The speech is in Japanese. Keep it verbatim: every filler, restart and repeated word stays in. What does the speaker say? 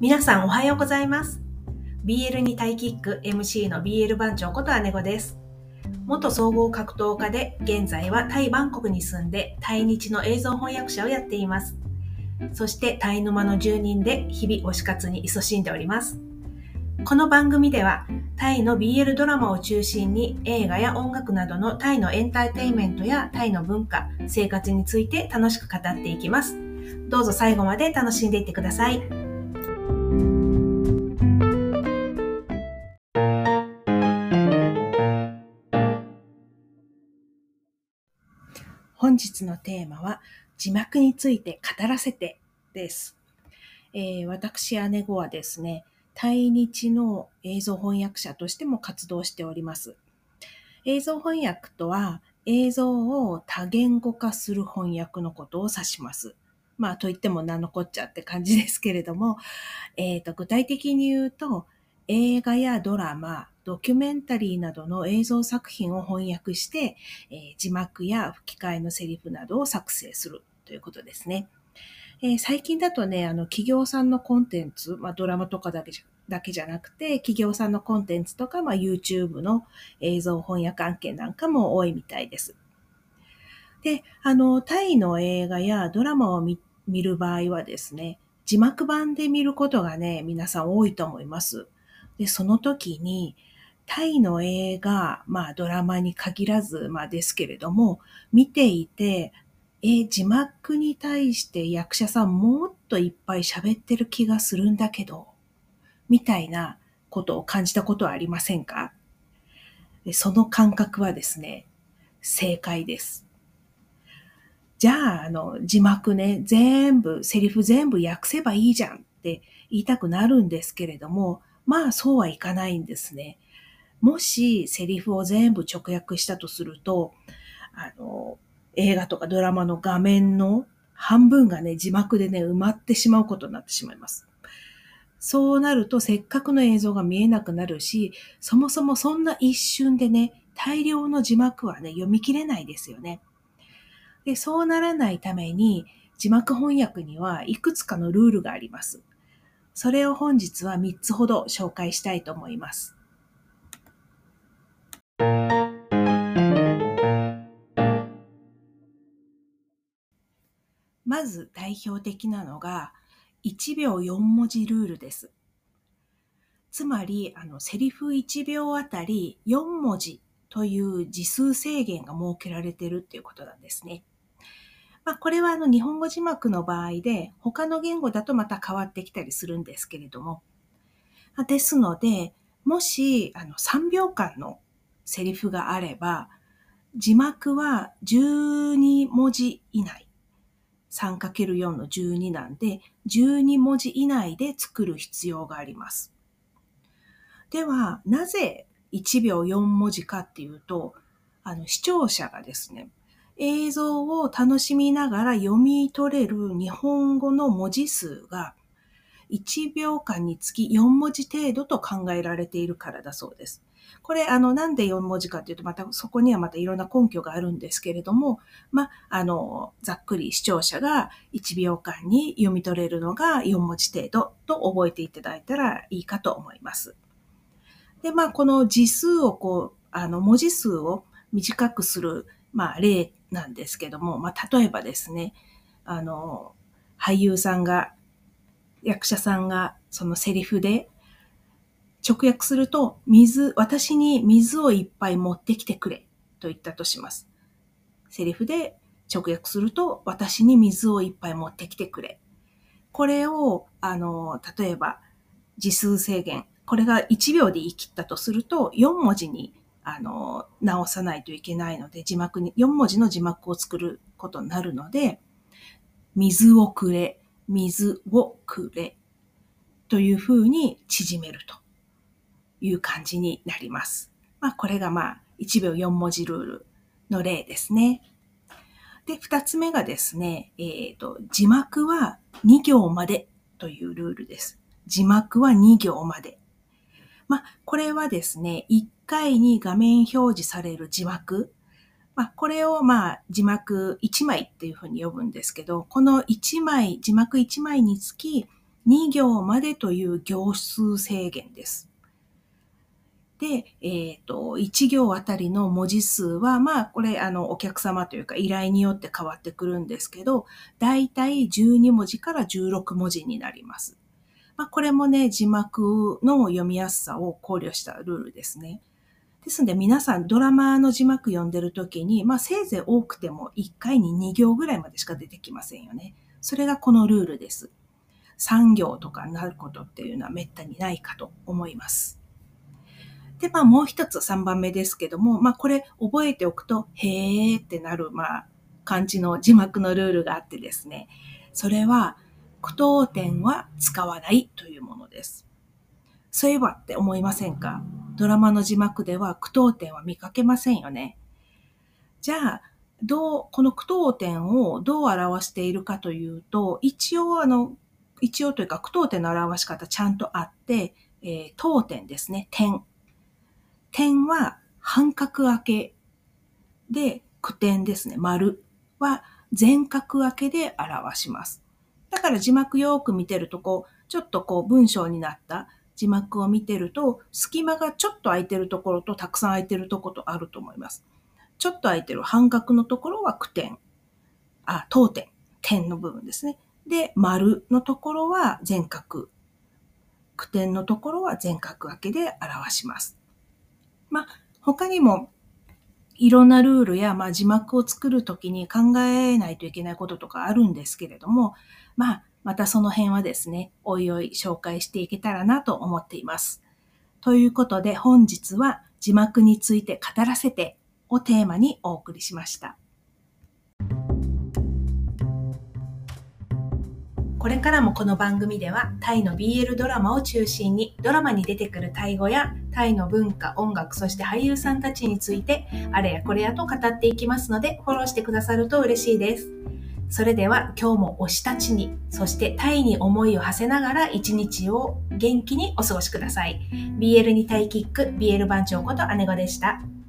皆さんおはようございます。ビーエル にタイキック エムシー の ビーエル 番長こと姉子です。元総合格闘家で現在はタイバンコクに住んでタイ日の映像翻訳者をやっています。そしてタイ沼の住人で日々推し活に勤しんでおります。この番組ではタイの ビーエル ドラマを中心に映画や音楽などのタイのエンターテインメントやタイの文化、生活について楽しく語っていきます。どうぞ最後まで楽しんでいってください。本日のテーマは字幕について語らせてです。えー、私姉子はですね、タイ日の映像翻訳者としても活動しております。映像翻訳とは映像を多言語化する翻訳のことを指します。まあといっても何のこっちゃって感じですけれども、えーと、具体的に言うと映画やドラマ、ドキュメンタリーなどの映像作品を翻訳して、えー、字幕や吹き替えのセリフなどを作成するということですね。えー、最近だとね、あの企業さんのコンテンツ、まあ、ドラマとかだけじゃだけじゃなくて、企業さんのコンテンツとか、まあ、YouTube の映像翻訳案件なんかも多いみたいです。で、あの、タイの映画やドラマを 見, 見る場合はですね、字幕版で見ることがね、皆さん多いと思います。で、その時に、タイの映画、まあドラマに限らず、まあですけれども、見ていて、え、字幕に対して役者さんもっといっぱい喋ってる気がするんだけど、みたいなことを感じたことはありませんか？でその感覚はですね、正解です。じゃあ、あの、字幕ね、全部、セリフ全部訳せばいいじゃんって言いたくなるんですけれども、まあそうはいかないんですね。もしセリフを全部直訳したとすると、あの、映画とかドラマの画面の半分がね、字幕でね、埋まってしまうことになってしまいます。そうなるとせっかくの映像が見えなくなるし、そもそもそんな一瞬でね、大量の字幕はね、読み切れないですよね。で、そうならないために、字幕翻訳にはいくつかのルールがあります。それを本日はみっつほど紹介したいと思います。まず代表的なのが、いちびょうよんもじルールです。つまり、あの、セリフいちびょうあたりよんもじという字数制限が設けられているっていうことなんですね。まあ、これはあの日本語字幕の場合で、他の言語だとまた変わってきたりするんですけれども。ですので、もしあのさんびょうかんのセリフがあれば、字幕はじゅうにもじ以内。さんかけるよん のじゅうになんで、じゅうにもじ以内で作る必要があります。では、なぜいちびょうよんもじかっていうと、あの視聴者がですね、映像を楽しみながら読み取れる日本語の文字数がいちびょうかんにつきよんもじ程度と考えられているからだそうです。これ、あの、なんでよんもじかっていうと、またそこにはまたいろんな根拠があるんですけれども、まあ、あの、ざっくり視聴者がいちびょうかんに読み取れるのがよんもじ程度と覚えていただいたらいいかと思います。で、まあ、この字数をこう、あの、文字数を短くする、まあ、例なんですけども、まあ、例えばですね、あの、俳優さんが、役者さんが、そのセリフで、直訳すると、水、私に水をいっぱい持ってきてくれ、と言ったとします。セリフで直訳すると、私に水をいっぱい持ってきてくれ。これを、あの、例えば、字数制限、これがいちびょうで言い切ったとすると、よんもじに、あの、直さないといけないので、字幕に、よんもじの字幕を作ることになるので、水をくれ、水をくれ、というふうに縮めるという感じになります。まあ、これがまあ、いちびょうよんもじルールの例ですね。で、二つ目がですね、えっと、字幕はにぎょうまでというルールです。字幕はにぎょうまで。まあ、これはですね、いっかいに画面表示される字幕。まあ、これをまあ、字幕いちまいっていうふうに呼ぶんですけど、このいちまい、字幕いちまいにつき、 に行までという行数制限です。で、えっと、いち行あたりの文字数は、まあ、これ、あの、お客様というか依頼によって変わってくるんですけど、だいたいじゅうに文字からじゅうろく文字になります。まあ、これもね、字幕の読みやすさを考慮したルールですね。ですので皆さんドラマの字幕読んでるときに、まあせいぜい多くてもいっかいにに行ぐらいまでしか出てきませんよね。それがこのルールです。さん行とかになることっていうのはめったにないかと思います。で、まあもう一つさんばんめですけども、まあこれ覚えておくと、へーってなる、まあ漢字の字幕のルールがあってですね。それは、句読点は使わないというものです。そういえばって思いませんか？ドラマの字幕では句読点は見かけませんよね。じゃあ、どう、この句読点をどう表しているかというと、一応あの、一応というか句読点の表し方ちゃんとあって、えー、当点ですね、点。点は半角開けで、句点ですね、丸は全角開けで表します。だから字幕よく見てるとこう、ちょっとこう文章になった字幕を見てると、隙間がちょっと空いてるところとたくさん空いてるところとあると思います。ちょっと空いてる半角のところは句点。あ、当点。点の部分ですね。で、丸のところは全角。句点のところは全角開けで表します。まあ、他にもいろんなルールや、まあ、字幕を作るときに考えないといけないこととかあるんですけれども、まあ、またその辺はですね、おいおい紹介していけたらなと思っています。ということで本日は字幕について語らせてをテーマにお送りしました。これからもこの番組ではタイの ビーエル ドラマを中心にドラマに出てくるタイ語やタイの文化、音楽、そして俳優さんたちについてあれやこれやと語っていきますのでフォローしてくださると嬉しいです。それでは今日も推したちに、そしてタイに思いを馳せながら一日を元気にお過ごしください。ビーエル にタイキック、ビーエル 番長こと姉子でした。